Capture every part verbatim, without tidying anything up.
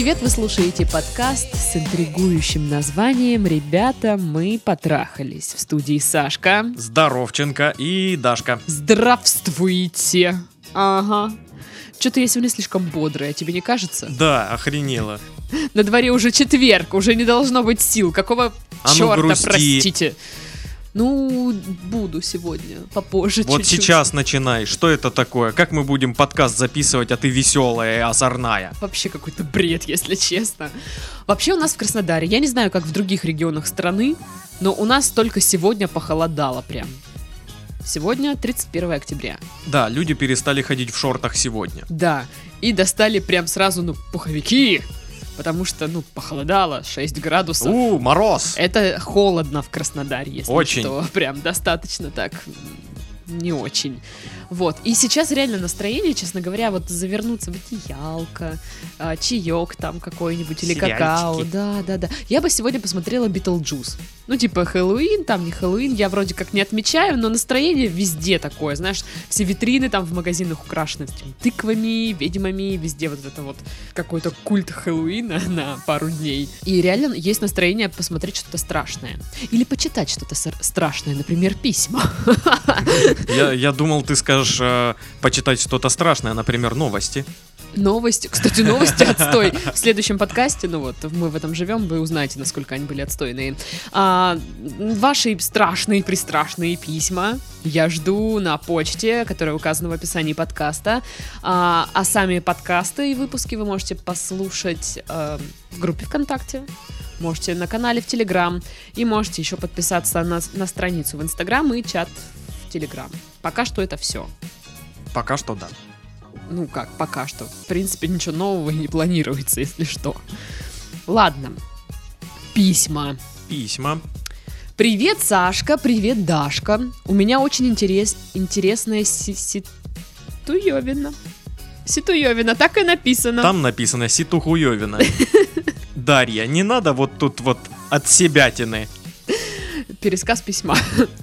привет! Вы слушаете подкаст с интригующим названием «Ребята, мы потрахались». В студии Сашка, Здоровченко и Дашка. Здравствуйте! Ага. Что-то я сегодня слишком бодрая, тебе не кажется? Да, охренела. На дворе уже четверг, уже не должно быть сил. Какого А ну, черта, грусти. простите? Ну, буду сегодня, попозже Вот чуть-чуть. сейчас начинай. Что это такое? Как мы будем подкаст записывать, а ты веселая и озорная? Вообще какой-то бред, если честно. Вообще у нас в Краснодаре, я не знаю, как в других регионах страны, но у нас только сегодня похолодало прям. Сегодня тридцать первое октября. Да, люди перестали ходить в шортах сегодня. Да, и достали прям сразу, ну, пуховики, потому что, ну, похолодало, шесть градусов. У, мороз! Это холодно в Краснодаре, если Очень. что. Прям достаточно так, не очень. Вот. И сейчас реально настроение, честно говоря, вот завернуться в одеялко, а, чаек там какой-нибудь или Сериальчики. какао. Да, да, да. Я бы сегодня посмотрела Битлджус. Ну, типа Хэллоуин, там не Хэллоуин, я вроде как не отмечаю, но настроение везде такое, знаешь, все витрины там в магазинах украшены этими тыквами, ведьмами, везде вот это вот какой-то культ Хэллоуина на пару дней. И реально есть настроение посмотреть что-то страшное. Или почитать что-то сар- страшное, например, письма. Я, я думал, ты скажешь э, почитать что-то страшное, например, новости. Новости, кстати, новости отстой. В следующем подкасте, ну вот, мы в этом живем, вы узнаете, насколько они были отстойные. А, ваши страшные, пристрашные письма я жду на почте, которая указана в описании подкаста. А, а сами подкасты и выпуски вы можете послушать а, в группе ВКонтакте. Можете на канале в Телеграм. И можете еще подписаться на, на страницу в Инстаграм и чат в Телеграм. Пока что это все. Пока что да. Ну как, пока что. В принципе, ничего нового не планируется, если что. Ладно. Письма. Письма. Привет, Сашка, привет, Дашка. У меня очень интерес... интересная си- ситуевина. Ситуевина, так и написано. Там написано «Ситухуевина». Дарья, не надо вот тут вот от себятины. Пересказ письма.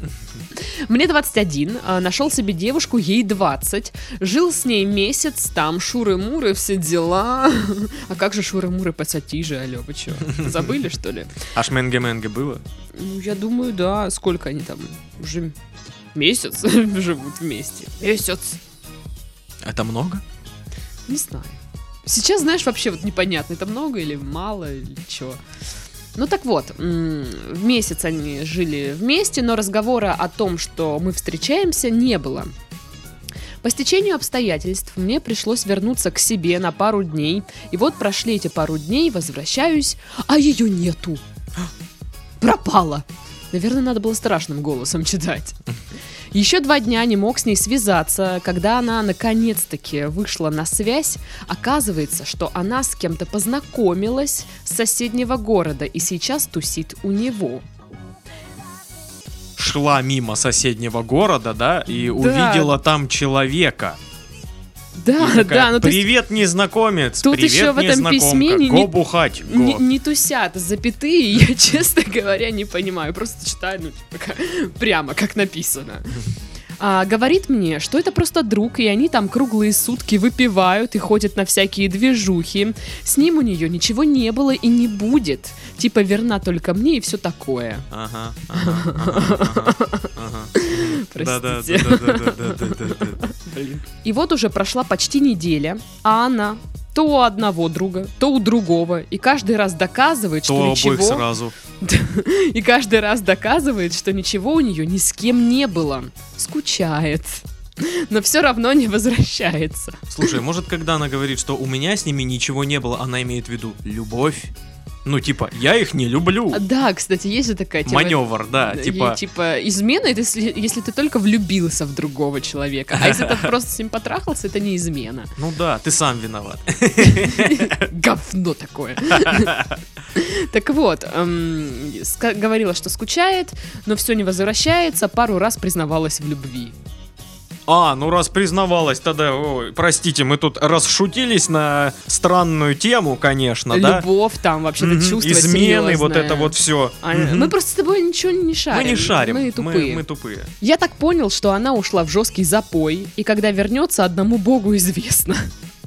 Мне двадцать один, нашел себе девушку, ей двадцать, жил с ней месяц, там шуры-муры, все дела. А как же шуры-муры, пацатижи, алё, вы чё, забыли, что ли? Аж менге-менге было? Ну, я думаю, да, сколько они там, уже месяц живут вместе. Месяц. Это много? Не знаю. Сейчас, знаешь, вообще вот непонятно, это много или мало, или чё. Ну так вот, в месяц они жили вместе, но разговора о том, что мы встречаемся, не было. По стечению обстоятельств мне пришлось вернуться к себе на пару дней. И вот прошли эти пару дней, возвращаюсь, а ее нету. Пропала. Наверное, надо было страшным голосом читать. Еще два дня не мог с ней связаться. Когда она наконец-таки вышла на связь, оказывается, что она с кем-то познакомилась с соседнего города и сейчас тусит у него. Шла мимо соседнего города, да, и Да. увидела там человека. Да, И такая, да, ну то есть привет, незнакомец, тут привет, еще в этом незнакомка, письме не- го не- бухать, го. не, не тусят запятые, я, честно говоря, не понимаю. Просто читаю, ну, типа, как- прямо как написано. А, говорит мне, что это просто друг, и они там круглые сутки выпивают и ходят на всякие движухи. С ним у нее ничего не было и не будет. Типа, верна только мне и все такое. Ага, ага, ага, ага, ага. Простите. Да-да-да-да-да-да-да. Блин. И вот уже прошла почти неделя, а она то у одного друга, то у другого, и каждый раз доказывает, То что обоих ничего... сразу. И каждый раз доказывает, что ничего у нее ни с кем не было. Скучает. Но все равно не возвращается. Слушай, может, когда она говорит, что у меня с ними ничего не было, она имеет в виду любовь? Ну, типа, я их не люблю. А, Да, кстати, есть же такая тема. Маневр, да, Е- типа... типа измена, это если, если ты только влюбился в другого человека. А если ты просто с ним потрахался, это не измена. Ну да, ты сам виноват. Говно такое. Так вот, эм, ска- говорила, что скучает, но все не возвращается, пару раз признавалась в любви. А, ну раз признавалась, тогда, ой, простите, мы тут расшутились на странную тему, конечно, да? Любовь там, вообще-то Мгм, чувство измены, вот серьезное. это вот все. А, Мы просто с тобой ничего не шарим. Мы не шарим, Мы мы, тупые. мы тупые. Я так понял, что она ушла в жесткий запой, и когда вернется, одному богу известно.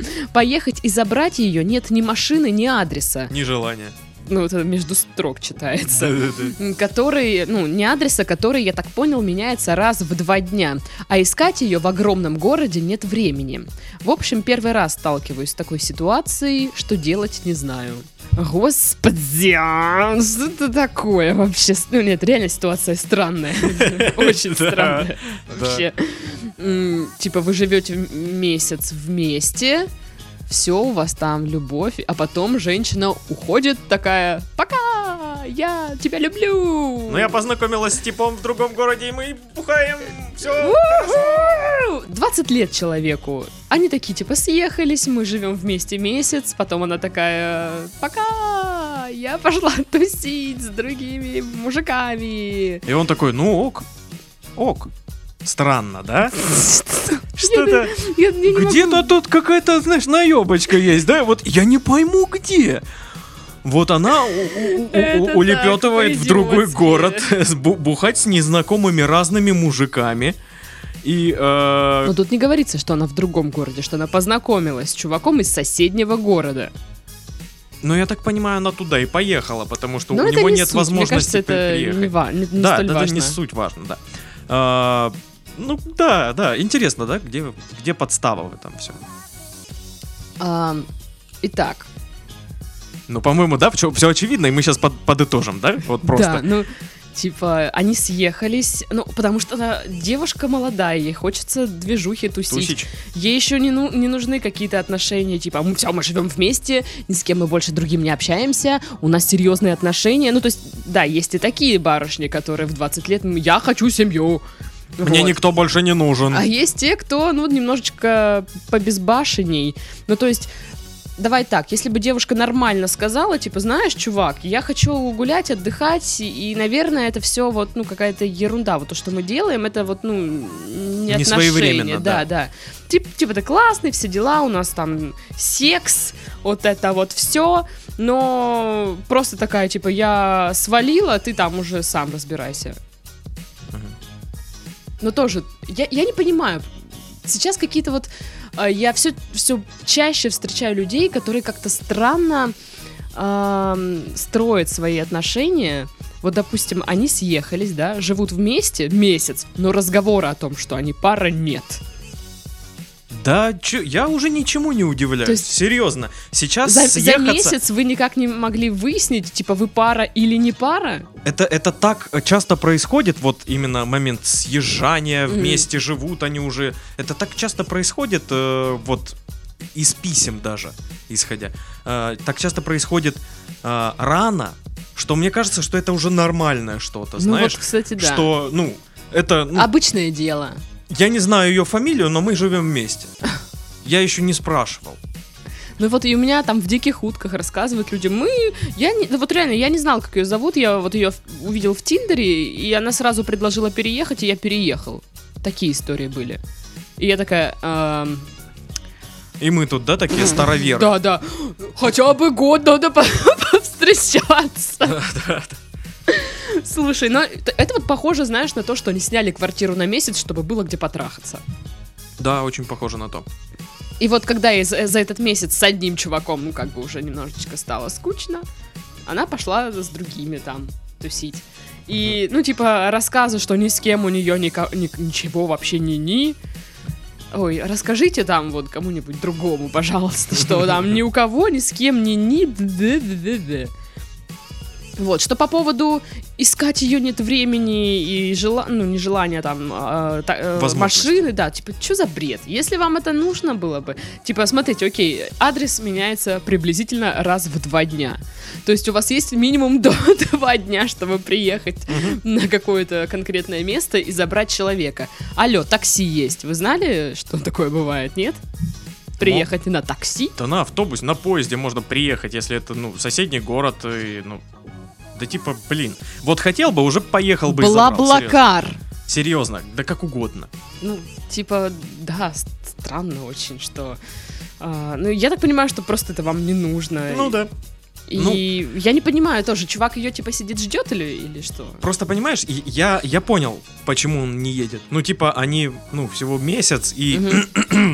Поехать и забрать ее нет ни машины, ни адреса. Ни желания. Ну, это между строк читается. Да-да-да. Который, ну, не адреса, который, я так понял, меняется раз в два дня. А искать ее в огромном городе нет времени. В общем, первый раз сталкиваюсь с такой ситуацией, что делать не знаю. Господи, что это такое вообще? Ну, нет, реально ситуация странная. Очень странная. Вообще. Типа, вы живете месяц вместе, все, у вас там любовь, а потом женщина уходит такая: пока, я тебя люблю. Ну, я познакомилась с типом в другом городе, и мы бухаем, все. двадцать лет человеку. Они такие, типа, съехались, мы живем вместе месяц, потом она такая: пока, я пошла тусить с другими мужиками. И он такой: ну ок, ок. Странно, да? Что-то... Где-то тут какая-то, знаешь, наебочка есть, да? Вот я не пойму, где. Вот она улепетывает в другой город, бухать с незнакомыми разными мужиками. И... Но тут не говорится, что она в другом городе, что она познакомилась с чуваком из соседнего города. Ну, я так понимаю, она туда и поехала, потому что у него нет возможности приехать. Мне кажется, это не, не да, столь да, важно. Да, не суть важно, да. А, ну, да, да, интересно, да, где, где подстава в этом всем? А, итак. Ну, по-моему, да, все, все очевидно, и мы сейчас под, подытожим, да? Вот просто. Да, ну, типа, они съехались, ну, потому что она девушка молодая, ей хочется движухи тусить. Тусич. Ей еще не, ну, не нужны какие-то отношения, типа, мы все, мы живем вместе, ни с кем мы больше другим не общаемся, у нас серьезные отношения. Ну, то есть, да, есть и такие барышни, которые в двадцать лет: я хочу семью. Мне вот. Никто больше не нужен. А есть те, кто, ну, немножечко побезбашенней. Ну, то есть... Давай так, если бы девушка нормально сказала, типа, знаешь, чувак, я хочу гулять, отдыхать, и, наверное, это все вот, ну, какая-то ерунда. Вот то, что мы делаем, это вот, ну, не, не отношения. Да, да, да. Тип, типа, ты классный, все дела, у нас там секс, вот это вот все, но просто такая, типа, я свалила, ты там уже сам разбирайся. Но тоже, я, я не понимаю, сейчас какие-то вот... Я все, все чаще встречаю людей, которые как-то странно э, строят свои отношения. Вот, допустим, они съехались, да, живут вместе месяц, но разговора о том, что они пара, нет. Да, чё, я уже ничему не удивляюсь. То есть, серьезно, сейчас за, съехаться... за месяц вы никак не могли выяснить, типа, вы пара или не пара? Это, это так часто происходит, вот именно момент съезжания, вместе mm. живут они уже. Это так часто происходит, э, вот из писем даже, исходя. Э, так часто происходит э, рано, что мне кажется, что это уже нормальное что-то, ну знаешь? Вот, кстати, да. Что, ну, это... Ну, обычное дело. Я не знаю ее фамилию, но мы живем вместе. Я еще не спрашивал. Ну вот и у меня там в «Диких утках» рассказывают людям, мы, я не, вот реально, я не знал, как ее зовут, я вот ее увидел в Тиндере, и она сразу предложила переехать, и я переехал. Такие истории были. И я такая... Эм... И мы тут, да, такие староверы? Да, да. Хотя бы год надо повстречаться. Да, да, да. Слушай, ну это вот похоже, знаешь, на то, что они сняли квартиру на месяц, чтобы было где потрахаться. Да, очень похоже на то. И вот когда ей за, за этот месяц с одним чуваком, ну как бы уже немножечко стало скучно, она пошла с другими там тусить. И, ну типа, рассказы, что ни с кем у нее ни, ни, ничего вообще ни-ни. Ой, расскажите там вот кому-нибудь другому, пожалуйста, что там ни у кого, ни с кем ни-ни, да-да-да-да. Вот, что по поводу искать ее нет времени и жела... ну, не желания там э, та, э, машины, да, типа, что за бред? Если вам это нужно было бы, типа, смотрите, окей, адрес меняется приблизительно раз в два дня. То есть у вас есть минимум до два дня, чтобы приехать uh-huh. на какое-то конкретное место и забрать человека. Алло, такси есть. Вы знали, что такое бывает, нет? Приехать Но... на такси? Да на автобусе, на поезде можно приехать, если это, ну, соседний город и, ну... Да типа, блин, вот хотел бы, уже поехал бы и забрал. Бла-блакар. Серьезно. Серьезно, да как угодно. Ну, типа, да, странно очень, что... А, ну, я так понимаю, что просто это вам не нужно. Ну, да. И ну, я не понимаю тоже, чувак ее типа сидит, ждет или, или что? Просто понимаешь, я, я понял, почему он не едет. Ну, типа, они, ну, всего месяц, и... Угу.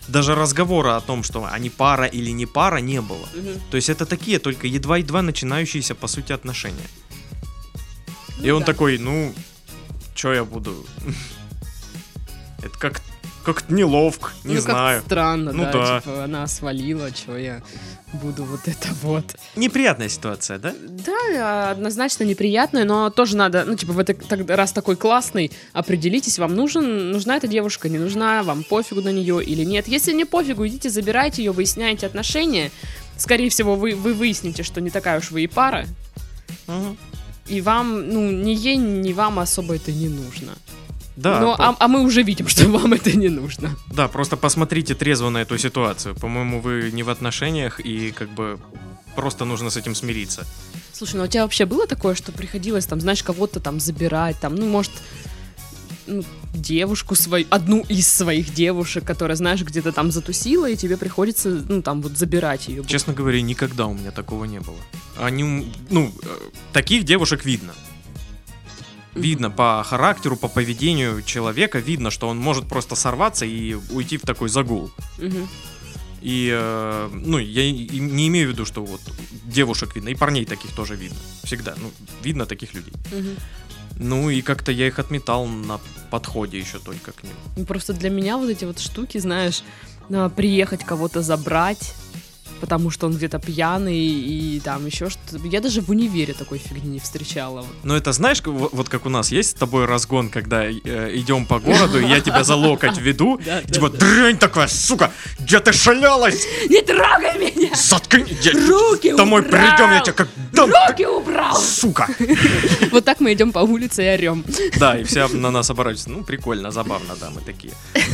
даже разговора о том, что они пара или не пара, не было. Угу. То есть это такие только едва-едва начинающиеся, по сути, отношения. Ну, и он да. такой, ну, чё я буду... Это как... Как-то неловко, не ну, знаю. Как странно, ну, да, да. типа она свалила, что я буду вот это вот. Неприятная ситуация, да? Да, однозначно неприятная, но тоже надо, ну, типа, в это, так, раз такой классный, определитесь, вам нужен, нужна эта девушка, не нужна, вам пофигу на нее или нет. Если не пофигу, идите, забирайте ее, выясняйте отношения. Скорее всего, вы, вы выясните, что не такая уж вы и пара. Угу. И вам, ну, ни ей, ни вам особо это не нужно. Да, Но, по... а, а мы уже видим, что вам это не нужно. Да, просто посмотрите трезво на эту ситуацию. По-моему, вы не в отношениях, и как бы просто нужно с этим смириться. Слушай, ну у тебя вообще было такое, что приходилось там, знаешь, кого-то там забирать, там, ну, может, ну, девушку свою, одну из своих девушек, которая, знаешь, где-то там затусила, и тебе приходится, ну, там, вот забирать ее. Честно говоря, никогда у меня такого не было. Они, ну, таких девушек видно. Видно по характеру, по поведению человека, видно, что он может просто сорваться и уйти в такой загул. Угу. И, э, ну, я и не имею в виду, что вот девушек видно, и парней таких тоже видно. Всегда, ну, видно таких людей. Угу. Ну, и как-то я их отметал на подходе еще только к ним. Ну, просто для меня вот эти вот штуки, знаешь, а, приехать кого-то забрать, потому что он где-то пьяный и там еще что-то. Я даже в универе такой фигни не встречала. Ну, это знаешь, вот, вот как у нас есть с тобой разгон, когда э, идем по городу, и я тебя за локоть веду, типа, дрянь такая, сука, где ты шалялась? Не трогай меня! Заткнись! Руки домой убрал! придем, я тебя как дам! Руки убрал! Сука! Вот так мы идем по улице и орем. Да, и все на нас оборачиваются. Ну, прикольно, забавно, да, мы такие.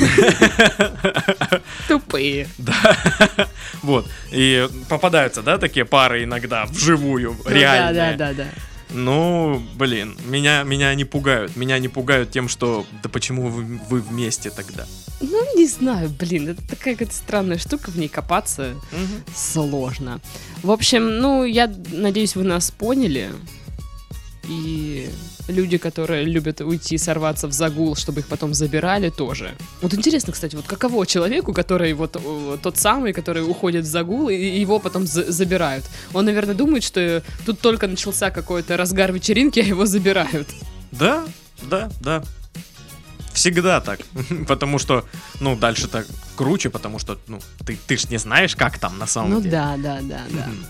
Тупые. Да. Вот. И попадаются, да, такие пары иногда вживую, Ну, реальные. Да, да, да, да. Ну, блин, меня, меня не пугают. Меня не пугают тем, что да почему вы, вы вместе тогда? Ну, не знаю, блин, это такая какая-то странная штука, в ней копаться Угу. сложно. В общем, ну, я надеюсь, вы нас поняли. И люди, которые любят уйти, сорваться в загул, чтобы их потом забирали, тоже. Вот интересно, кстати, вот каково человеку, который вот э, тот самый, который уходит в загул, и его потом за- забирают. Он, наверное, думает, что тут только начался какой-то разгар вечеринки, а его забирают. Да, да, да. Всегда так. Потому что, ну, дальше так круче, потому что, ну, ты, ты ж не знаешь, как там на самом Ну деле. да, да, да, да. Мгм.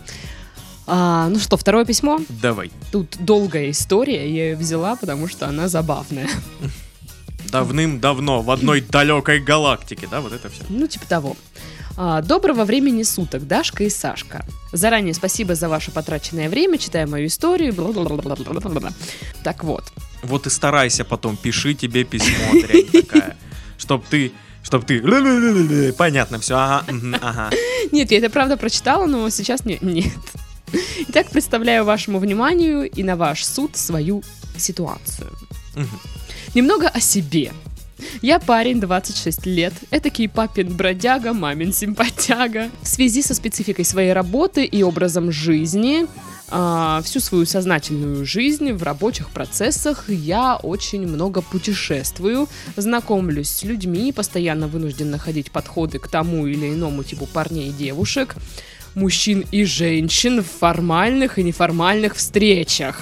А, ну что, второе письмо. Давай. Тут долгая история, я ее взяла, потому что она забавная. Давным-давно в одной далекой галактике, да, вот это все. Ну, типа того. А, доброго времени суток, Дашка и Сашка. Заранее спасибо за ваше потраченное время, читая мою историю. Бла-бла-бла-бла-бла-бла. Так вот. Вот и старайся потом, пиши тебе письмо, дрянь такая, чтоб ты, чтоб ты, ля-ля-ля-ля-ля, понятно все, ага, мгм, ага. Нет, я это правда прочитала, но сейчас не, нет. Итак, представляю вашему вниманию и на ваш суд свою ситуацию. Мгм. Немного о себе. Я парень, двадцать шесть лет, этакий папин бродяга, мамин симпатяга. В связи со спецификой своей работы и образом жизни, а, всю свою сознательную жизнь в рабочих процессах я очень много путешествую, знакомлюсь с людьми, постоянно вынужден находить подходы к тому или иному типу парней и девушек, мужчин и женщин в формальных и неформальных встречах.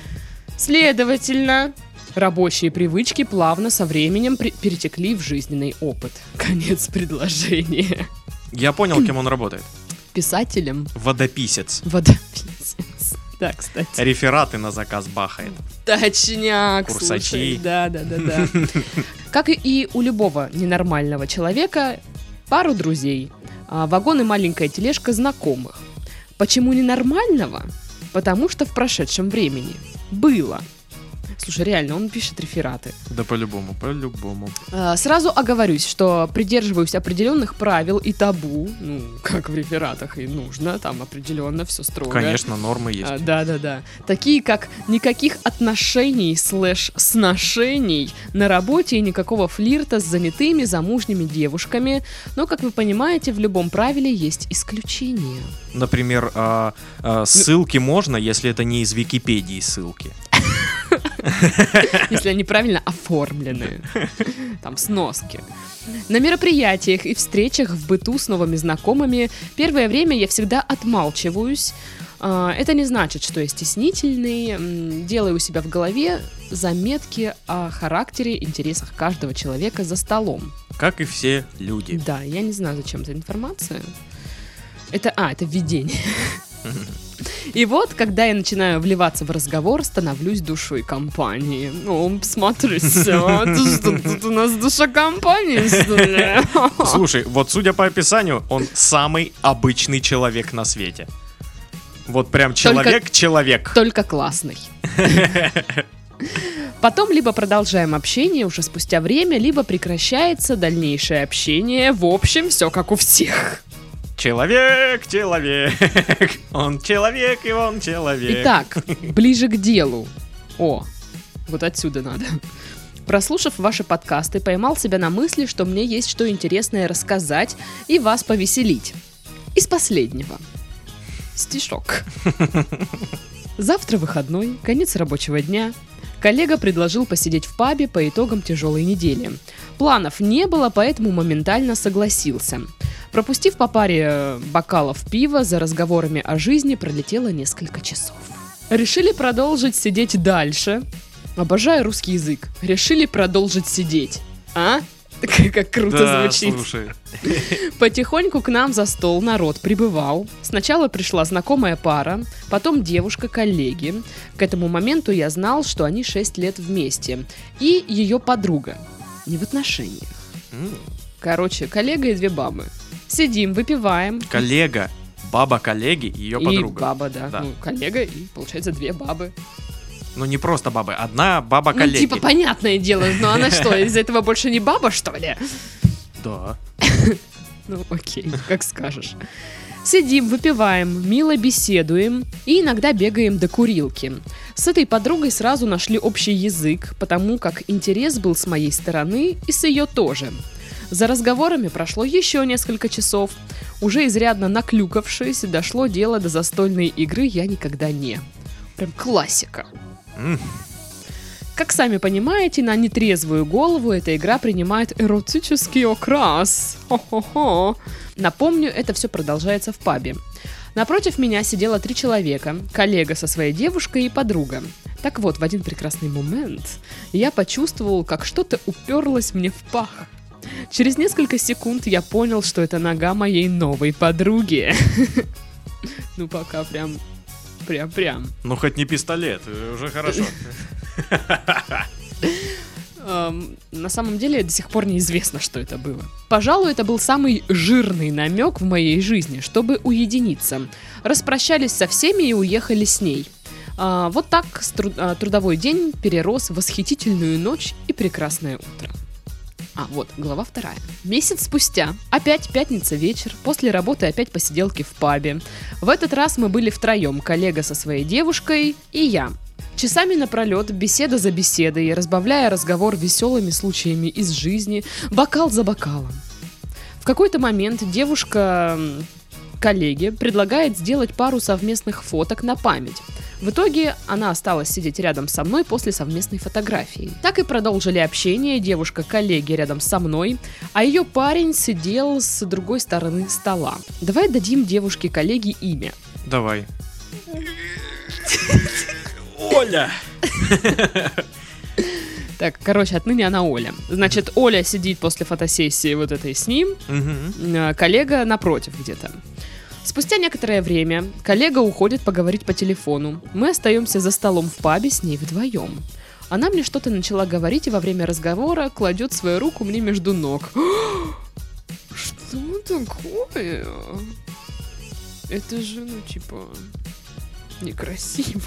Следовательно, рабочие привычки плавно со временем при- перетекли в жизненный опыт. Конец предложения. Я понял, кем он работает. Писателем Водописец. водописец. Да, кстати. Рефераты на заказ бахает. Точняк, Курсачи. слушай. Да, да, да, да. Как и у любого ненормального человека, пару друзей, а, вагон и маленькая тележка знакомых. Почему ненормального? Потому что в прошедшем времени было. Слушай, реально, он пишет рефераты. Да по-любому, по-любому. А, Сразу оговорюсь, что придерживаюсь определенных правил и табу, ну, как в рефератах и нужно, там определенно все строго. Конечно, нормы есть. А, Да-да-да. Такие как никаких отношений слэш сношений на работе и никакого флирта с занятыми замужними девушками. Но, как вы понимаете, в любом правиле есть исключения. Например, а, а, ссылки можно, если это не из Википедии ссылки. Если они правильно оформлены. Там сноски. На мероприятиях и встречах в быту с новыми знакомыми первое время я всегда отмалчиваюсь. Это не значит, что я стеснительный. Делаю у себя в голове заметки о характере, интересах каждого человека за столом. Как и все люди. Да, я не знаю, зачем эта информация. Это, а, это введение. И вот, когда я начинаю вливаться в разговор, становлюсь душой компании. Ну, смотри, все, тут у нас душа компании, что ли? Слушай, вот судя по описанию, он самый обычный человек на свете. Вот прям человек-человек. Только классный. Потом либо продолжаем общение уже спустя время, либо прекращается дальнейшее общение. В общем, все как у всех. Человек, человек, он человек, и он человек. Итак, ближе к делу. О, вот отсюда надо. Прослушав ваши подкасты, поймал себя на мысли, что мне есть что интересное рассказать и вас повеселить. Из последнего. Стишок. Завтра выходной, конец рабочего дня. Коллега предложил посидеть в пабе по итогам тяжелой недели. Планов не было, поэтому моментально согласился. Пропустив по паре бокалов пива, за разговорами о жизни пролетело несколько часов. Решили продолжить сидеть дальше. Обожаю русский язык. Решили продолжить сидеть. А? Как круто да, звучит. Слушай. Потихоньку к нам за стол народ прибывал. Сначала пришла знакомая пара, потом девушка-коллеги. К этому моменту я знал, что они шесть лет вместе. И ее подруга. Не в отношениях. Mm. Короче, коллега и две бабы. Сидим, выпиваем. Коллега, баба коллеги и ее и подруга. баба, да. да. Ну, коллега и, получается, две бабы. Ну, не просто бабы, одна баба коллеги. Ну, типа, понятное дело, но она что, из-за этого больше не баба, что ли? Да. Ну, окей, как скажешь. Сидим, выпиваем, мило беседуем и иногда бегаем до курилки. С этой подругой сразу нашли общий язык, потому как интерес был с моей стороны и с ее тоже. За разговорами прошло еще несколько часов. Уже изрядно наклюкавшись, дошло дело до застольной игры «Я никогда не». Прям классика. Mm. Как сами понимаете, на нетрезвую голову эта игра принимает эротический окрас. Хо-хо-хо. Напомню, это все продолжается в пабе. Напротив меня сидело три человека, коллега со своей девушкой и подруга. Так вот, в один прекрасный момент я почувствовал, как что-то уперлось мне в пах. Через несколько секунд я понял, что это нога моей новой подруги. Ну, пока прям, прям-прям. Ну, хоть не пистолет, уже хорошо. На самом деле, до сих пор неизвестно, что это было. Пожалуй, это был самый жирный намек в моей жизни, чтобы уединиться. Распрощались со всеми и уехали с ней. Вот так трудовой день перерос в восхитительную ночь и прекрасное утро. А, вот, глава вторая. Месяц спустя, опять пятница вечер, после работы опять посиделки в пабе. В этот раз мы были втроем, коллега со своей девушкой и я. Часами напролет, беседа за беседой, разбавляя разговор веселыми случаями из жизни, бокал за бокалом. В какой-то момент девушка коллеге предлагает сделать пару совместных фоток на память. В итоге она осталась сидеть рядом со мной после совместной фотографии. Так и продолжили общение, девушка коллеги рядом со мной, а ее парень сидел с другой стороны стола. Давай дадим девушке коллеге имя. Давай. Оля! Так, короче, отныне она Оля. Значит, Оля сидит после фотосессии вот этой с ним, Угу. коллега напротив где-то. Спустя некоторое время коллега уходит поговорить по телефону. Мы остаемся за столом в пабе с ней вдвоем. Она мне что-то начала говорить и во время разговора кладет свою руку мне между ног. Что такое? Это же, ну, типа, некрасиво.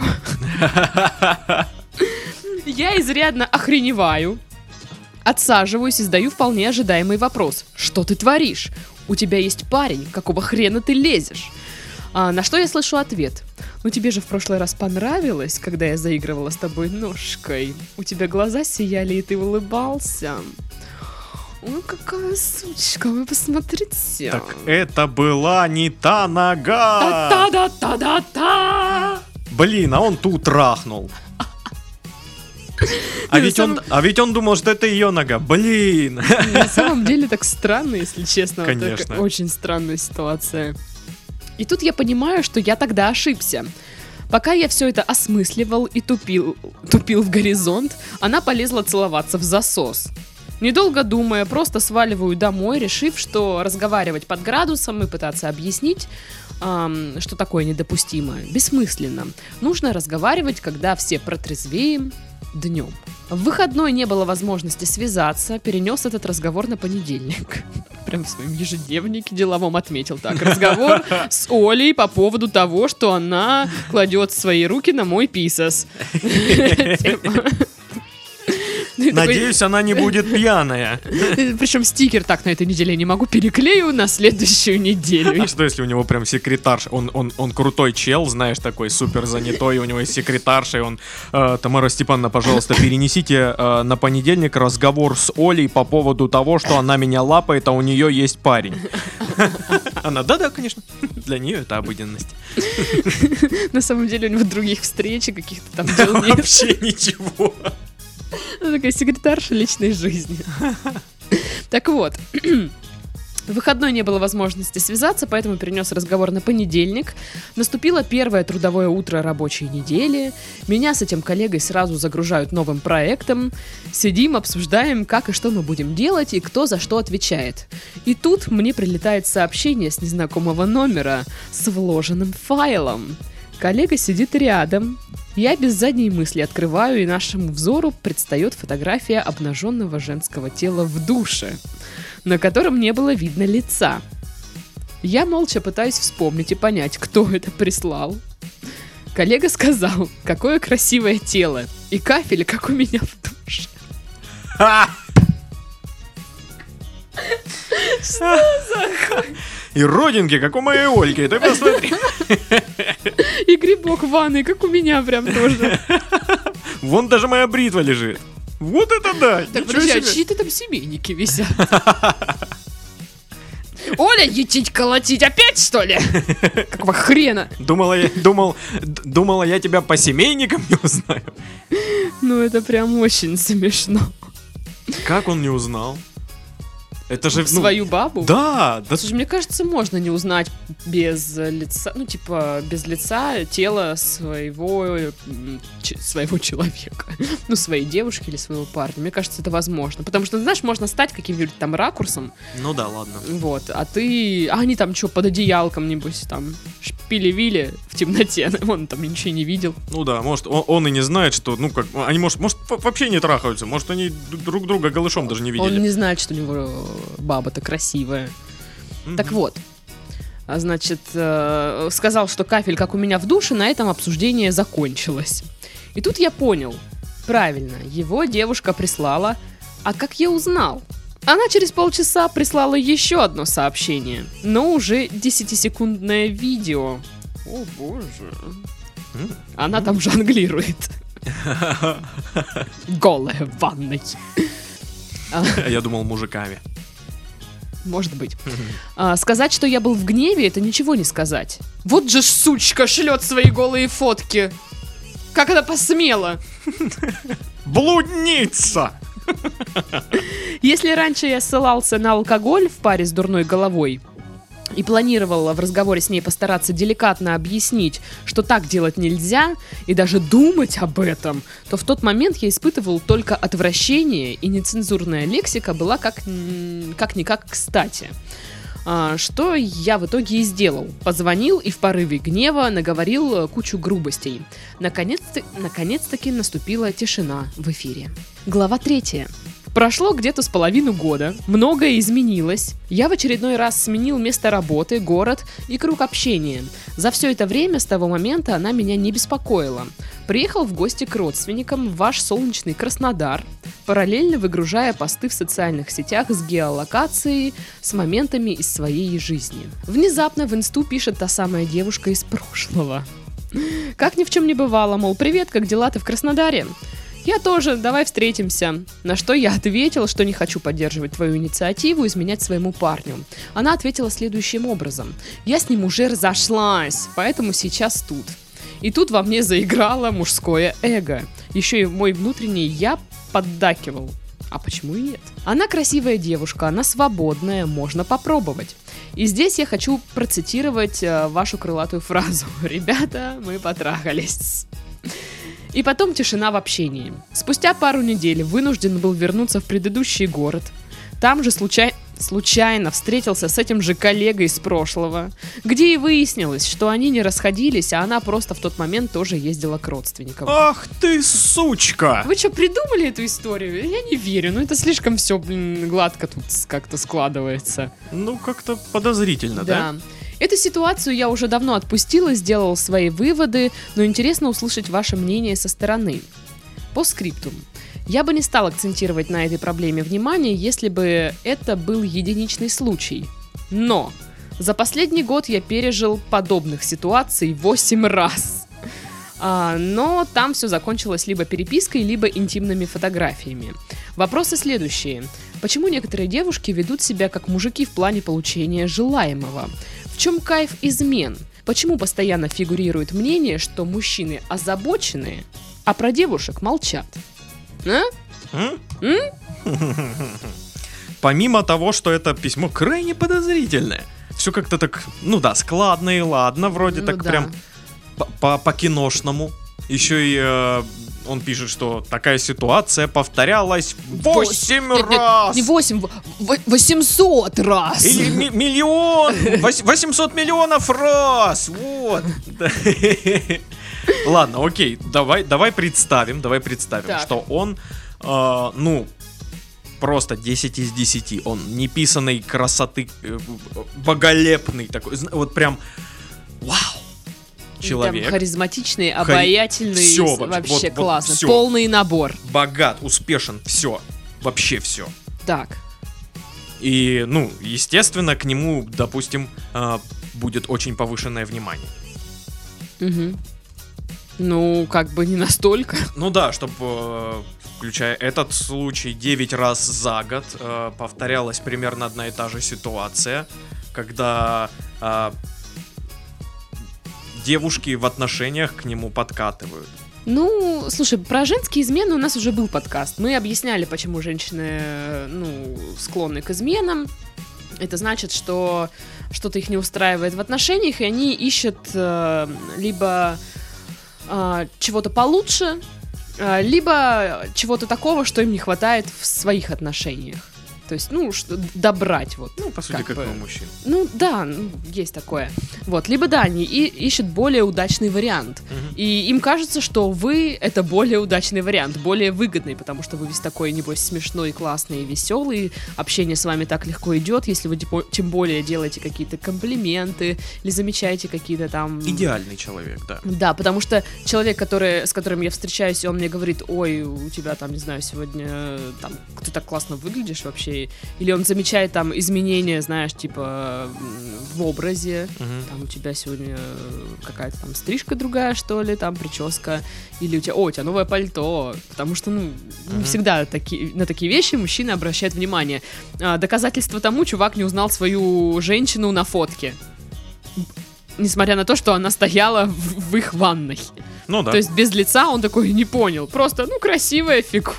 Я изрядно охреневаю, отсаживаюсь и задаю вполне ожидаемый вопрос. Что ты творишь? У тебя есть парень, какого хрена ты лезешь? А, на что я слышу ответ. Ну тебе же в прошлый раз понравилось, когда я заигрывала с тобой ножкой. У тебя глаза сияли, и ты улыбался. Ой, какая сучка, вы посмотрите. Так это была не та нога. Та-та-да-та-да-та. Блин, а он тут трахнул. А ведь, он, а ведь он думал, что это ее нога. Блин. На самом деле так странно, если честно. Конечно. Вот очень странная ситуация. И тут я понимаю, что я тогда ошибся. Пока я все это осмысливал и тупил, тупил в горизонт, она полезла целоваться в засос. Недолго думая, просто сваливаю домой, решив, что разговаривать под градусом и пытаться объяснить, эм, что такое недопустимо, бессмысленно. Нужно разговаривать, когда все протрезвеем днем. В выходной не было возможности связаться, перенес этот разговор на понедельник. Прям в своем ежедневнике деловом отметил так. Разговор с Олей по поводу того, что она кладет свои руки на мой писас. Надеюсь, она не будет пьяная. Причем стикер так на этой неделе не могу, переклею на следующую неделю. А что, если у него прям секретарша? Он, он, он крутой чел, знаешь, такой супер занятой, у него есть секретарша, и он... Э, Тамара Степановна, пожалуйста, перенесите э, на понедельник разговор с Олей по поводу того, что она меня лапает, а у нее есть парень. Она, да-да, конечно, для нее это обыденность. На самом деле у него других встреч и каких-то там дел нет. Вообще ничего. Она такая секретарша личной жизни. Так вот, в выходной не было возможности связаться, поэтому перенес разговор на понедельник. Наступило первое трудовое утро рабочей недели. Меня с этим коллегой сразу загружают новым проектом. Сидим, обсуждаем, как и что мы будем делать и кто за что отвечает. И тут мне прилетает сообщение с незнакомого номера с вложенным файлом. Коллега сидит рядом. Я без задней мысли открываю, и нашему взору предстает фотография обнаженного женского тела в душе, на котором не было видно лица. Я молча пытаюсь вспомнить и понять, кто это прислал. Коллега сказал, какое красивое тело, и кафель, как у меня в душе. Что за... И родинки, как у моей Ольги, ты посмотри. И грибок в ванной, как у меня прям тоже. Вон даже моя бритва лежит. Вот это да! Так, подожди, а чьи-то там семейники висят? Оля, етить колотить опять, что ли? Какого хрена? Думала я, думал, думала я тебя по семейникам не узнаю. Ну это прям очень смешно. Как он не узнал? Это же, ну, свою бабу? Да, да. Слушай, мне кажется, можно не узнать без лица, ну, типа, без лица тело своего, ч- своего человека. Ну, своей девушки или своего парня. Мне кажется, это возможно. Потому что, знаешь, можно стать каким-нибудь там ракурсом. Ну да, ладно. Вот, а ты... А они там что, под одеялком, небось, там, шпили-вили в темноте. Он там ничего не видел. Ну да, может, он, он и не знает, что, ну, как, они, может, может, вообще не трахаются. Может, они друг друга голышом даже не видели. Он не знает, что у него... баба-то красивая. Mm-hmm. Так вот, значит, э, сказал, что кафель, как у меня в душе, на этом обсуждение закончилось. И тут я понял, правильно, его девушка прислала, а как я узнал? Она через полчаса прислала еще одно сообщение, но уже десятисекундное видео. О боже. Mm-hmm. Она там жонглирует. Голая в ванной. Я думал, мужиками. Может быть. А, сказать, что я был в гневе, это ничего не сказать. Вот же сучка шлет свои голые фотки. Как она посмела? Блудница! Если раньше я ссылался на алкоголь в паре с дурной головой и планировала в разговоре с ней постараться деликатно объяснить, что так делать нельзя, и даже думать об этом, то в тот момент я испытывал только отвращение, и нецензурная лексика была как, как-никак кстати. А, что я в итоге и сделал. Позвонил и в порыве гнева наговорил кучу грубостей. Наконец-то, наконец-таки наступила тишина в эфире. Глава третья. Прошло где-то с половину года, многое изменилось. Я в очередной раз сменил место работы, город и круг общения. За все это время, с того момента, она меня не беспокоила. Приехал в гости к родственникам в ваш солнечный Краснодар, параллельно выгружая посты в социальных сетях с геолокацией, с моментами из своей жизни. Внезапно в инсту пишет та самая девушка из прошлого. Как ни в чем не бывало, мол, привет, как дела, ты в Краснодаре? Я тоже, давай встретимся. На что я ответила, что не хочу поддерживать твою инициативу изменять своему парню. Она ответила следующим образом. Я с ним уже разошлась, поэтому сейчас тут. И тут во мне заиграло мужское эго. еще и мой внутренний я поддакивал. А почему и нет? Она красивая девушка, она свободная, можно попробовать. И здесь я хочу процитировать э, вашу крылатую фразу. Ребята, мы потрахались. И потом тишина в общении. Спустя пару недель вынужден был вернуться в предыдущий город. Там же случай... случайно встретился с этим же коллегой из прошлого, где и выяснилось, что они не расходились, а она просто в тот момент тоже ездила к родственникам. Ах ты, сучка! Вы что, придумали эту историю? Я не верю, ну это слишком все, блин, гладко тут как-то складывается. Ну, как-то подозрительно, да? Да. Эту ситуацию я уже давно отпустила, сделала свои выводы, но интересно услышать ваше мнение со стороны. По скриптум. Я бы не стал акцентировать на этой проблеме внимание, если бы это был единичный случай. Но за последний год я пережил подобных ситуаций восемь раз. А, но там все закончилось либо перепиской, либо интимными фотографиями. Вопросы следующие. Почему некоторые девушки ведут себя как мужики в плане получения желаемого? В чем кайф измен? Почему постоянно фигурирует мнение, что мужчины озабоченные, а про девушек молчат? А? М? М? Помимо того, что это письмо крайне подозрительное, все как-то так, ну да, складно и ладно, вроде Ну так да. прям по- по-киношному. Еще и э, он пишет, что такая ситуация повторялась восемь Нет, нет, раз. не восемь, восемьсот раз. Или ми- миллион, вось- восемьсот миллионов раз. Вот. Ладно, окей, давай, давай представим, давай представим, Так. что он, э, ну, просто десять из десяти. Он неписанной красоты, э, боголепный такой, зна- вот прям, вау, человек. Там харизматичный, обаятельный, Всё вообще, вообще вот- вот классно. всё. Полный набор. Богат, успешен, все, вообще все. Так, И, ну, естественно, к нему, допустим, э, будет очень повышенное внимание. угу. Ну, как бы не настолько. Ну да, чтобы, включая этот случай, девять раз за год э, повторялась примерно одна и та же ситуация, когда э, девушки в отношениях к нему подкатывают. Ну, слушай, про женские измены у нас уже был подкаст. Мы объясняли, почему женщины, ну, склонны к изменам. Это значит, что что-то их не устраивает в отношениях, и они ищут э, либо э, чего-то получше, э, либо чего-то такого, что им не хватает в своих отношениях. То есть, ну, что, добрать вот. Ну, по сути, как как, бы. у мужчин. Ну, да, ну, есть такое. Вот, либо, да, они и ищут более удачный вариант. Мгм. И им кажется, что вы — это более удачный вариант, более выгодный, потому что вы весь такой, небось, смешной, классный и веселый, общение с вами так легко идет, если вы типа, тем более делаете какие-то комплименты или замечаете какие-то там... Идеальный человек, да. Да, потому что человек, который, с которым я встречаюсь, он мне говорит: ой, у тебя там, не знаю, сегодня там, ты так классно выглядишь вообще. Или он замечает там изменения, знаешь, типа м, в образе. Мгм. Там у тебя сегодня какая-то там стрижка другая, что ли, там прическа. Или у тебя, о, у тебя новое пальто. Потому что, ну, не Мгм. всегда таки, на такие вещи мужчины обращают внимание. А, доказательство тому, чувак не узнал свою женщину на фотке. Несмотря на то, что она стояла в, в их ванной. Ну да. То есть без лица он такой не понял. Просто, ну, красивая фигура.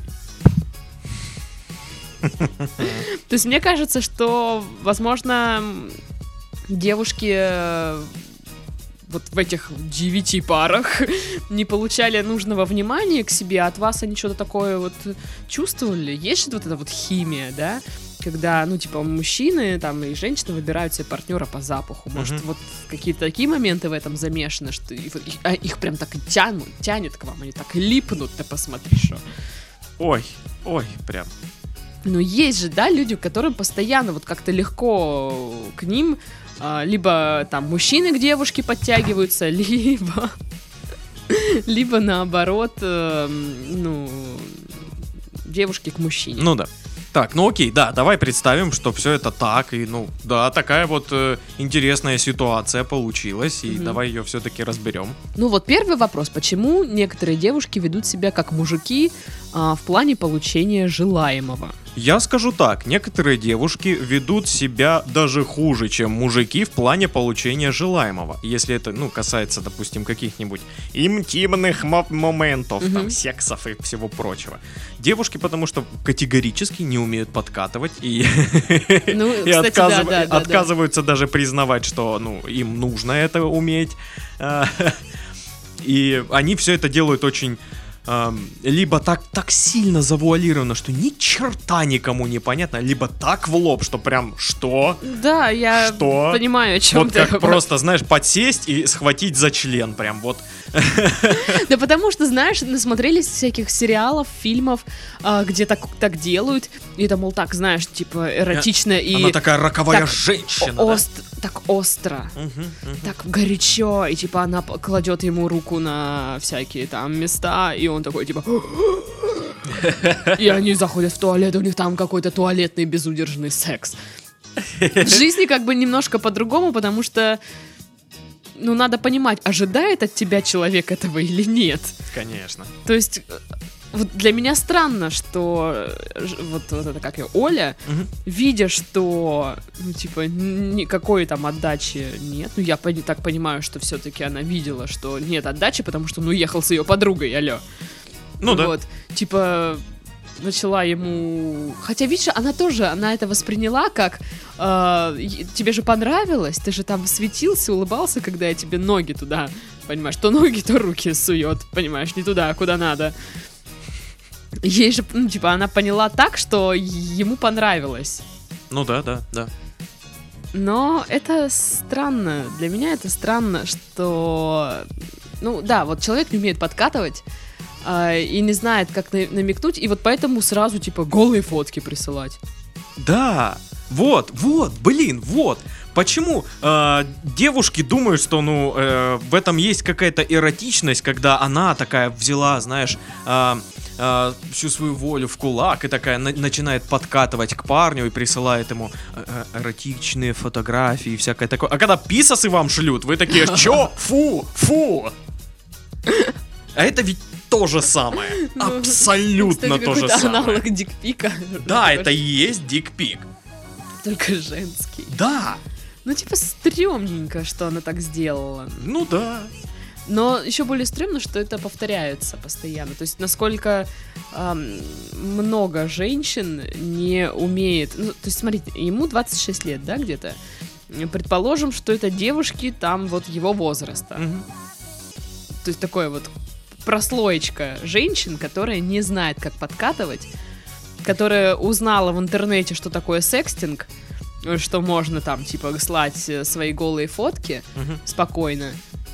То есть мне кажется, что, возможно, девушки э, вот в этих девяти парах не получали нужного внимания к себе, а от вас они что-то такое вот чувствовали. Есть же вот эта вот химия, да? Когда, ну, типа, мужчины там и женщины выбирают себе партнера по запаху. Может, Мгм. вот какие-то такие моменты в этом замешаны, что их, их- а их прям так и тянут, тянет к вам, они так и липнут, ты посмотри, что. Ой, ой, прям. Но есть же, да, люди, которым постоянно вот как-то легко к ним а, либо там мужчины к девушке подтягиваются, либо либо наоборот, э, ну, девушки к мужчине. Ну да. Так, ну окей, да, давай представим, что все это так, и ну, да, такая вот э, интересная ситуация получилась, и Мгм. давай ее все-таки разберем. Ну вот первый вопрос, почему некоторые девушки ведут себя как мужики а, в плане получения желаемого? Я скажу так, некоторые девушки ведут себя даже хуже, чем мужики в плане получения желаемого. Если это, ну, касается, допустим, каких-нибудь интимных мо- моментов, mm-hmm. там, сексов и всего прочего. Девушки, потому что категорически не умеют подкатывать и, ну, и кстати, отказыв... да, да, отказываются да. даже признавать, что, ну, им нужно это уметь. И они все это делают очень... либо так, так сильно завуалировано, что ни черта никому не понятно, либо так в лоб, что прям что? Да, я что? понимаю, о чем вот ты. Вот как просто, знаешь, подсесть и схватить за член, прям вот. Да потому что, знаешь, насмотрелись всяких сериалов, фильмов, где так, так делают, и это, мол, так, знаешь, типа эротично и... Она такая роковая так женщина, ост... да? Так остро, угу, угу. так горячо, и типа она кладет ему руку на всякие там места, и он такой типа... И они заходят в туалет, у них там какой-то туалетный безудержный секс. В жизни как бы немножко по-другому, потому что ну, надо понимать, ожидает от тебя человек этого или нет. Конечно. То есть, вот для меня странно, что вот, вот это как ее, Оля, угу. видя, что, ну, типа, никакой там отдачи нет. Ну, я так понимаю, что все-таки она видела, что нет отдачи, потому что, ну, ехал с ее подругой, алло. Ну, вот, да. Типа... начала ему... Хотя, видишь, она тоже, она это восприняла как э, тебе же понравилось, ты же там светился, улыбался, когда я тебе ноги туда, понимаешь, то ноги, то руки сует, понимаешь, не туда, куда надо. Ей же, ну, типа, она поняла так, что ему понравилось. Ну да, да, да. Но это странно, для меня это странно, что... Ну да, вот человек не умеет подкатывать, и не знает, как намекнуть, и вот поэтому сразу, типа, голые фотки присылать. Да, вот, вот, блин, вот. Почему э, девушки думают, что, ну, э, в этом есть какая-то эротичность, когда она такая взяла, знаешь, э, э, всю свою волю в кулак и такая на- начинает подкатывать к парню и присылает ему э, эротичные фотографии и всякое такое. А когда писасы вам шлют, вы такие, чё? Фу, фу. А это ведь то же самое. Ну, абсолютно кстати, то же самое. Аналог дикпика. Да, это и есть дикпик. Только женский. Да. Ну, типа, стрёмненько, что она так сделала. Ну да. Но еще более стрёмно, что это повторяется постоянно. То есть, насколько эм, много женщин не умеет... Ну, то есть, смотрите, ему двадцать шесть лет, да, где-то? Предположим, что это девушки там вот его возраста. Угу. То есть, такое вот... прослоечка женщин, которая не знает, как подкатывать, которая узнала в интернете, что такое секстинг, что можно там, типа, слать свои голые фотки uh-huh. спокойно.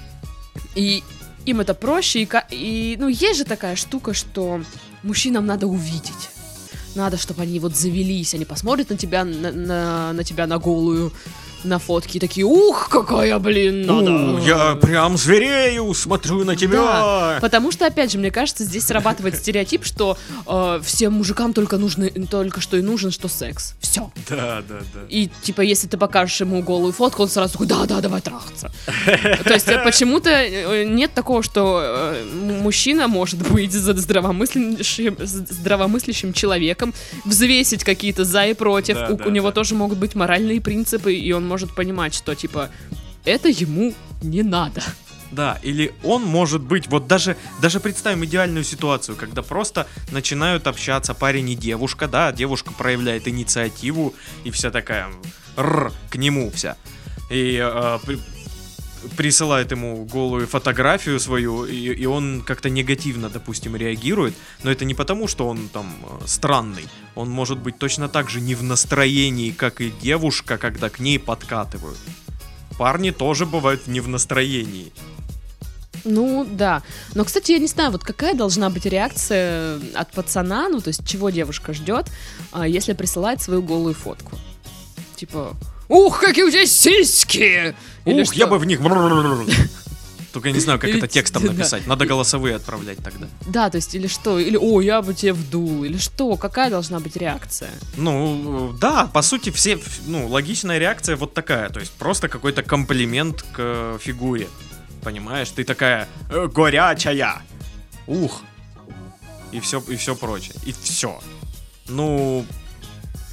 И им это проще. И, и, ну, есть же такая штука, что мужчинам надо увидеть. Надо, чтобы они вот завелись, они посмотрят на тебя, на, на, на тебя на голую, на фотки, и такие, ух, какая, блин, надо. У, я прям зверею, смотрю на тебя. Да, потому что, опять же, мне кажется, здесь срабатывает стереотип, что э, всем мужикам только нужно, только что и нужен, что секс. Все. Да, да, да. И, типа, если ты покажешь ему голую фотку, он сразу такой, да, да, давай трахаться. То есть, почему-то нет такого, что мужчина может быть здравомыслящим, здравомыслящим человеком, взвесить какие-то за и против, у, у него тоже могут быть моральные принципы, и он может понимать, что, типа, это ему не надо. Да, или он может быть, вот даже, даже представим идеальную ситуацию, когда просто начинают общаться парень и девушка, да, девушка проявляет инициативу, и вся такая, рр, к нему вся, и э, при, присылает ему голую фотографию свою, и, и он как-то негативно, допустим, реагирует, но это не потому, что он там странный, он может быть точно так же не в настроении, как и девушка, когда к ней подкатывают. Парни тоже бывают не в настроении. Ну, да. Но, кстати, я не знаю, вот какая должна быть реакция от пацана, ну, то есть, чего девушка ждет, если присылает свою голую фотку. Типа, ух, какие у тебя сиськи! Или ух, что? Я бы в них... Только я не знаю, как или... это текстом написать. Надо голосовые отправлять тогда. Да, то есть, или что? Или, о, я бы тебе вдул. Или что? Какая должна быть реакция? Ну, да, по сути, все, ну, логичная реакция вот такая. То есть, просто какой-то комплимент к фигуре. Понимаешь? Ты такая, э, горячая. Ух. И все, и все прочее. И все. Ну,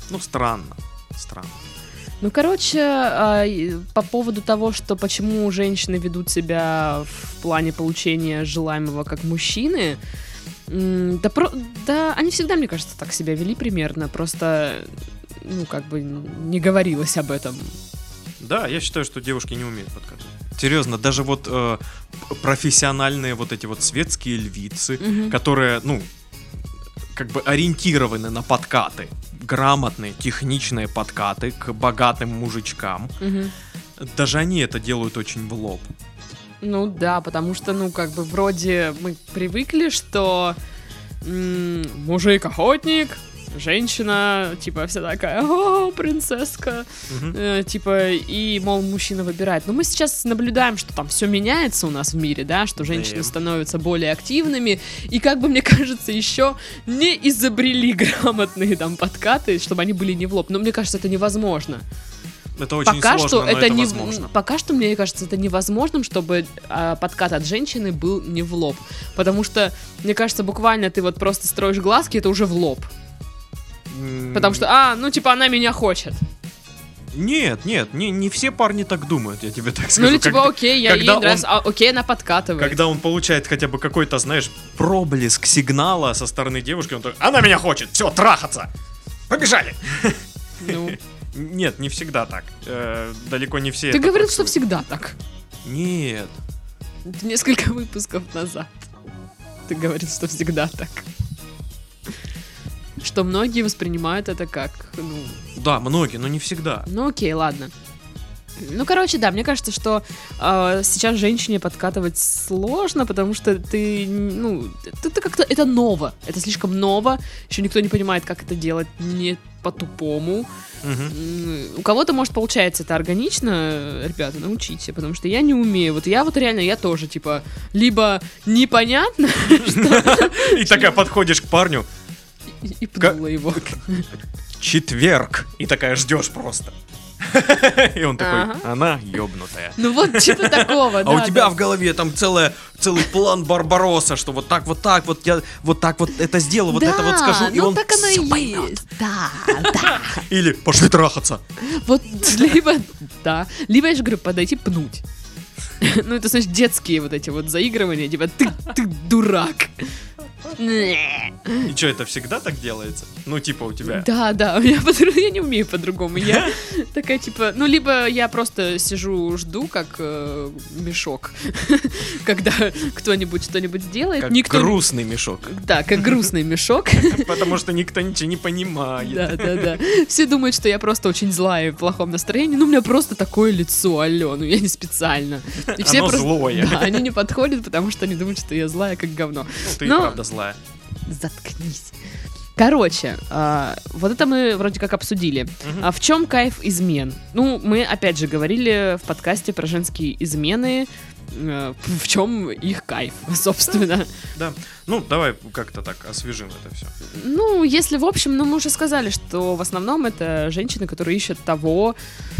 Ну, странно, странно. Ну, короче, по поводу того, что почему женщины ведут себя в плане получения желаемого как мужчины, да, про, да они всегда, мне кажется, так себя вели примерно, просто, ну, как бы не говорилось об этом. Да, я считаю, что девушки не умеют подкатывать. Серьезно, даже вот э, профессиональные вот эти вот светские львицы, угу. которые, ну, как бы ориентированы на подкаты, грамотные, техничные подкаты к богатым мужичкам, угу. даже они это делают очень в лоб. Ну да, потому что, ну, как бы вроде мы привыкли, что м- мужик-охотник, женщина, типа, вся такая, о, принцесска, угу. э, типа, и, мол, мужчина выбирает. Но мы сейчас наблюдаем, что там все меняется у нас в мире, да, что женщины да. становятся более активными, и, как бы, мне кажется, еще не изобрели грамотные там подкаты, чтобы они были не в лоб. Но мне кажется, это невозможно. Это очень пока сложно, что но это, это не, возможно. Пока что, мне кажется, это невозможным, чтобы а, подкат от женщины был не в лоб. Потому что, мне кажется, буквально ты вот просто строишь глазки, это уже в лоб. Mm. Потому что, а, ну типа она меня хочет. Нет, нет, не, не все парни так думают, я тебе так скажу. Ну или типа, когда, окей, я ей нравится, а, окей, она подкатывает. Когда он получает хотя бы какой-то, знаешь, проблеск сигнала со стороны девушки, он такой, она меня хочет, все, трахаться, побежали. Ну... Нет, не всегда так. Э, далеко не все. Ты говорил, практикуют. Что всегда так. Нет. Несколько выпусков назад ты говорил, что всегда так. Что многие воспринимают это как, ну... Да, многие, но не всегда. Ну окей, ладно. Ну, короче, да, мне кажется, что э, сейчас женщине подкатывать сложно, потому что ты, ну, это, это как-то, это ново, это слишком ново, еще никто не понимает, как это делать не по-тупому. Угу. У кого-то, может, получается это органично, ребята, научите, потому что я не умею, вот я вот реально, я тоже, типа, либо непонятно, что... И такая подходишь к парню. И пнула его. Четверг. И такая ждешь просто. И он такой, ага. Она ёбнутая. Ну вот типа такого, да. А у тебя да. в голове там целая, целый план Барбаросса, что вот так, вот так, вот я вот так вот это сделаю, вот да, это вот скажу, и ну он так оно все и поймет. Есть. Да, да. Или пошли трахаться. Вот либо, да, либо я же говорю, подойти пнуть. Ну это, значит, детские вот эти вот заигрывания, типа ты, ты дурак. И что, это всегда так делается? Ну, типа у тебя? Да, да, у меня по-другому, я не умею по-другому. Я такая, типа, ну, либо я просто сижу, жду, как э, мешок, когда кто-нибудь что-нибудь сделает. Как никто... грустный мешок. Да, как грустный мешок. Потому что никто ничего не понимает. Да, да, да. Все думают, что я просто очень злая и в плохом настроении. Ну, у меня просто такое лицо, алё, ну я не специально. И все Оно просто... злое. Да, они не подходят, потому что они думают, что я злая, как говно. Ну, ты Но... и правда злая. Заткнись. Короче, э, вот это мы вроде как обсудили. Uh-huh. А в чем кайф измен? Ну, мы опять же говорили в подкасте про женские измены. Э, в чем их кайф, собственно. Да. Ну, давай как-то так освежим это все. Ну, если в общем, ну, мы уже сказали, что в основном это женщины, которые ищут того,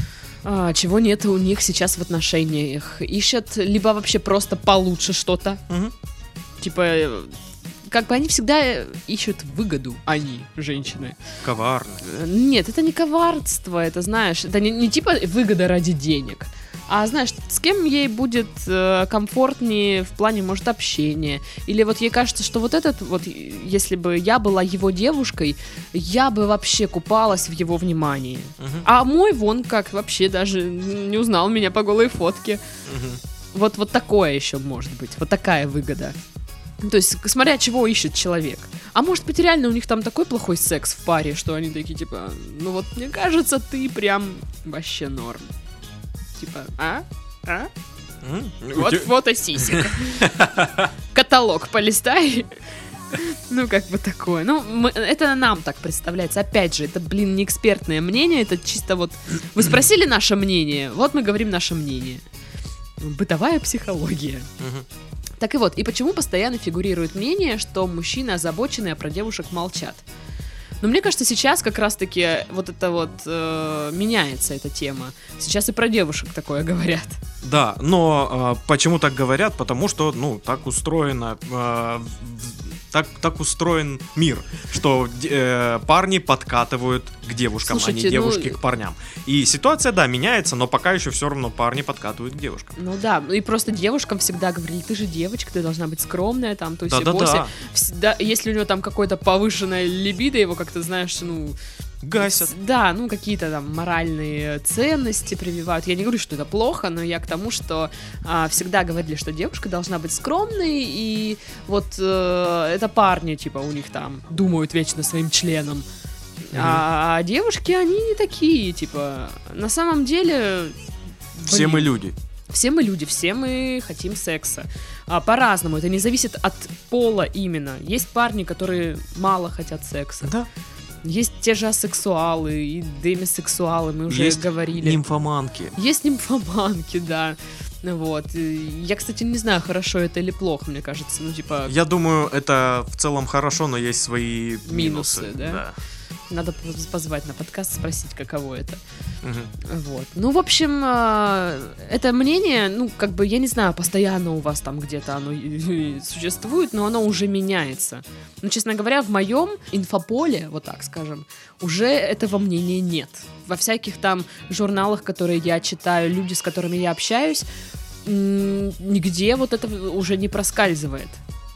э, чего нет у них сейчас в отношениях. Ищут либо вообще просто получше что-то. Uh-huh. Типа... Как бы они всегда ищут выгоду, они, женщины. Коварны. Нет, это не коварство, это, знаешь, это не, не типа выгода ради денег, а, знаешь, с кем ей будет э, комфортнее в плане, может, общения. Или вот ей кажется, что вот этот, вот, если бы я была его девушкой, я бы вообще купалась в его внимании. Угу. А мой вон как вообще даже не узнал меня по голой фотке. Угу. Вот, вот такое еще может быть, вот такая выгода. То есть, смотря чего ищет человек. А может быть, реально у них там такой плохой секс в паре, что они такие, типа, ну вот, мне кажется, ты прям вообще норм. Типа, а? А? Mm? Вот тебя... фото сисек. Каталог полистай. Ну, как бы такое. Ну, мы, это нам так представляется. Опять же, это, блин, не экспертное мнение, это чисто вот... Вы спросили наше мнение, вот мы говорим наше мнение. Бытовая психология. Угу. Так и вот, и почему постоянно фигурирует мнение, что мужчины озабочены, а про девушек молчат? Но мне кажется, сейчас как раз-таки вот это вот э, меняется эта тема. Сейчас и про девушек такое говорят. Да, но э, почему так говорят? Потому что, ну, так устроено. Э, Так, так устроен мир, что э, парни подкатывают к девушкам, Слушайте, а не девушки ну... к парням. И ситуация, да, меняется, но пока еще все равно парни подкатывают к девушкам. Ну да, и просто девушкам всегда говорили, ты же девочка, ты должна быть скромная, там, то есть, Да-да-да. всегда, если у него там какое-то повышенное либидо, его как-то, знаешь, ну... Гасят. Да, ну какие-то там моральные ценности прививают. Я не говорю, что это плохо, но я к тому, что а, всегда говорили, что девушка должна быть скромной, и вот э, это парни, типа, у них там думают вечно своим членом. Mm-hmm. А девушки, они не такие, типа, на самом деле... Все блин, мы люди. Все мы люди, все мы хотим секса. А, по-разному, это не зависит от пола именно. Есть парни, которые мало хотят секса. Да. Есть те же асексуалы и демисексуалы, мы уже есть говорили. Нимфоманки. Есть нимфоманки, да. Вот. Я, кстати, не знаю, хорошо это или плохо, мне кажется. Ну, типа... Я думаю, это в целом хорошо, но есть свои минусы. Минусы, да? Да. Надо позвать на подкаст, спросить, каково это. Угу. Вот. Ну, в общем, это мнение, ну, как бы, я не знаю, постоянно у вас там где-то оно существует, но оно уже меняется. Ну, честно говоря, в моем инфополе, вот так скажем, уже этого мнения нет. Во всяких там журналах, которые я читаю, люди, с которыми я общаюсь, нигде вот это уже не проскальзывает.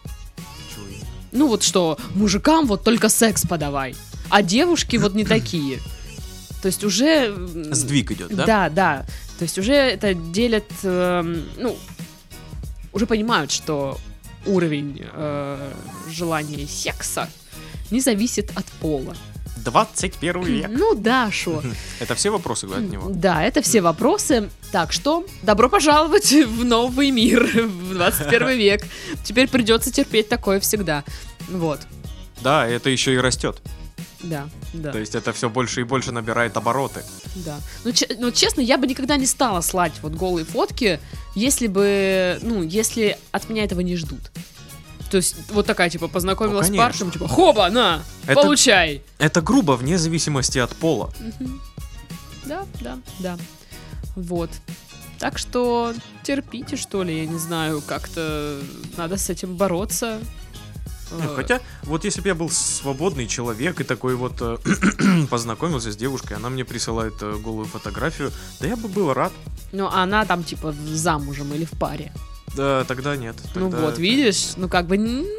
Ну, вот что, мужикам вот только секс подавай. А девушки вот не такие. То есть уже... Сдвиг идет, да? Да, да. То есть уже это делят... Э, ну, уже понимают, что уровень э, желания секса не зависит от пола. двадцать первый век. Ну да, шо. Это все вопросы от него? Да, это все вопросы. Так что, добро пожаловать в новый мир, в двадцать первый век. Теперь придется терпеть такое всегда. Вот. Да, это еще и растет. Да, да. То есть это все больше и больше набирает обороты. Да. Ну, че- ну, честно, я бы никогда не стала слать вот голые фотки, если бы, ну, если от меня этого не ждут. То есть вот такая, типа, познакомилась ну, с парнем, типа, хоба, на, это, получай. Это грубо, вне зависимости от пола. Угу. Да, да, да. Вот. Так что терпите, что ли, я не знаю, как-то надо с этим бороться. Хотя, вот если бы я был свободный человек и такой вот э, познакомился с девушкой, она мне присылает э, голую фотографию, да я бы был рад. Ну, а она там, типа, замужем или в паре. Да, тогда нет. Тогда ну вот, это... видишь, ну как бы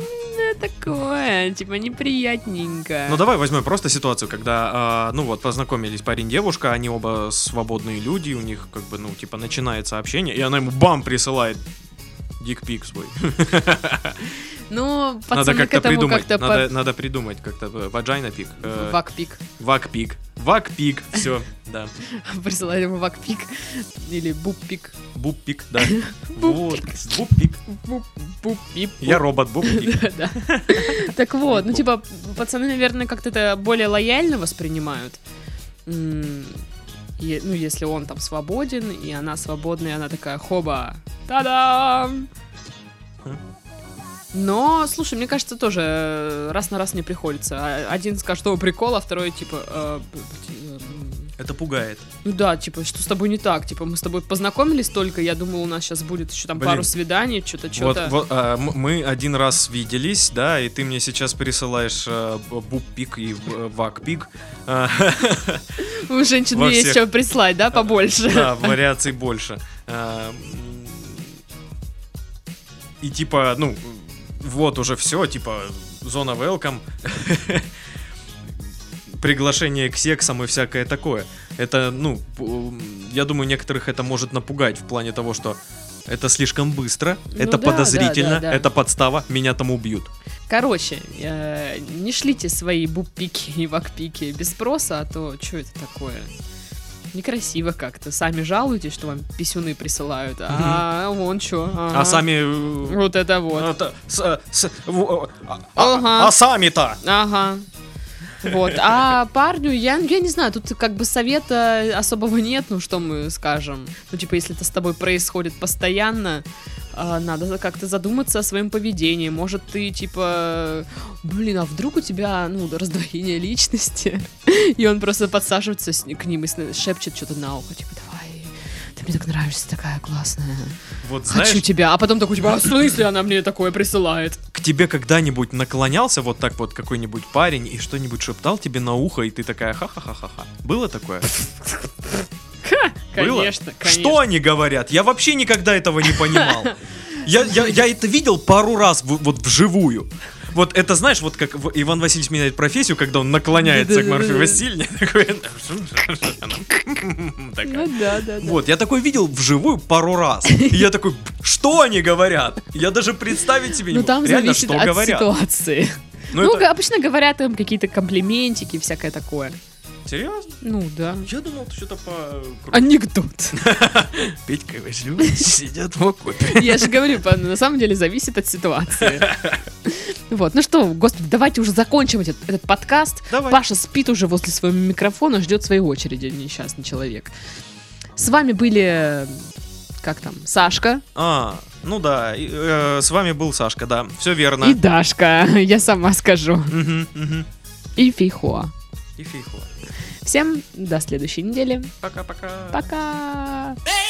такое, типа, неприятненько. Ну давай возьмем просто ситуацию, когда, э, ну вот, познакомились парень-девушка, они оба свободные люди, у них как бы, ну, типа, начинается общение, и она ему бам присылает дикпик свой. Ну, пацаны, надо как-то к этому придумать, как-то... Надо, под... надо придумать как-то. Ваджайна-пик. Э, вак-пик. Вак-пик. Вак-пик. Все, да. Присылали ему вак-пик. Или буп-пик. Буп-пик, да. Вот. Буп-пик. Буп-пик. Я робот, буп-пик. Так вот, ну типа, пацаны, наверное, как-то это более лояльно воспринимают. И, ну, если он там свободен, и она свободная, и она такая, хоба, та-дам! Но, слушай, мне кажется, тоже раз на раз не приходится. Один скажет, что прикол, а второй, типа... Э, э, это пугает. Ну да, типа, что с тобой не так? Типа, мы с тобой познакомились только, я думал, у нас сейчас будет еще там Блин. пару свиданий, что-то, что-то. Вот, вот а, мы один раз виделись, да, и ты мне сейчас присылаешь а, буп-пик и вак-пик. У женщин есть что прислать, да, побольше? Да, вариаций больше. И типа, ну... Вот уже все, типа, зона welcome, приглашение к сексам и всякое такое. Это, ну, я думаю, некоторых это может напугать в плане того, что это слишком быстро, ну это да, подозрительно, да, да, да. это подстава, меня там убьют. Короче, э, не шлите свои буп-пики и вак-пики без спроса, а то что это такое? Некрасиво как-то. Сами жалуетесь, что вам писюны присылают. Mm-hmm. А вон что. Ага. А сами... Вот это вот. Это, с, с, в, а, ага. а, а сами-то. Ага. Вот. А парню, я, я не знаю, тут как бы совета особого нет, ну что мы скажем. Ну типа, если это с тобой происходит постоянно, надо как-то задуматься о своем поведении. Может, ты, типа, блин, а вдруг у тебя, ну, раздвоение личности? И он просто подсаживается к ним и шепчет что-то на ухо, типа, давай, ты мне так нравишься, такая классная. Вот, знаешь, хочу тебя. А потом такой, типа, а в смысле она мне такое присылает? К тебе когда-нибудь наклонялся вот так вот какой-нибудь парень и что-нибудь шептал тебе на ухо, и ты такая ха-ха-ха-ха-ха. Было такое? Ха, Было? конечно, конечно. Что они говорят? Я вообще никогда этого не понимал. Я, я, я это видел пару раз в, вот вживую. Вот это, знаешь, вот как Иван Васильевич меняет профессию, когда он наклоняется к Марфе Васильевне. Ну да, да, да. Вот, я такой видел вживую пару раз. И я такой, что они говорят? Я даже представить себе не могу. Ну там реально, зависит что от говорят. ситуации. Ну, ну это... обычно говорят им какие-то комплиментики, всякое такое. Серьезно? Ну да. Я думал, это что-то по... Анекдот. Петька и Василий сидят в окопе. Я же говорю, на самом деле зависит от ситуации. Вот, ну что, господи, давайте уже закончим этот, этот подкаст. Давай. Паша спит уже возле своего микрофона, ждет своей очереди, несчастный человек. С вами были, как там, Сашка. А, ну да, и, э, с вами был Сашка, да, все верно. И Дашка, я сама скажу. Угу, угу. И Фейхоа. И Фейхоа. Всем до следующей недели. Пока-пока. Пока.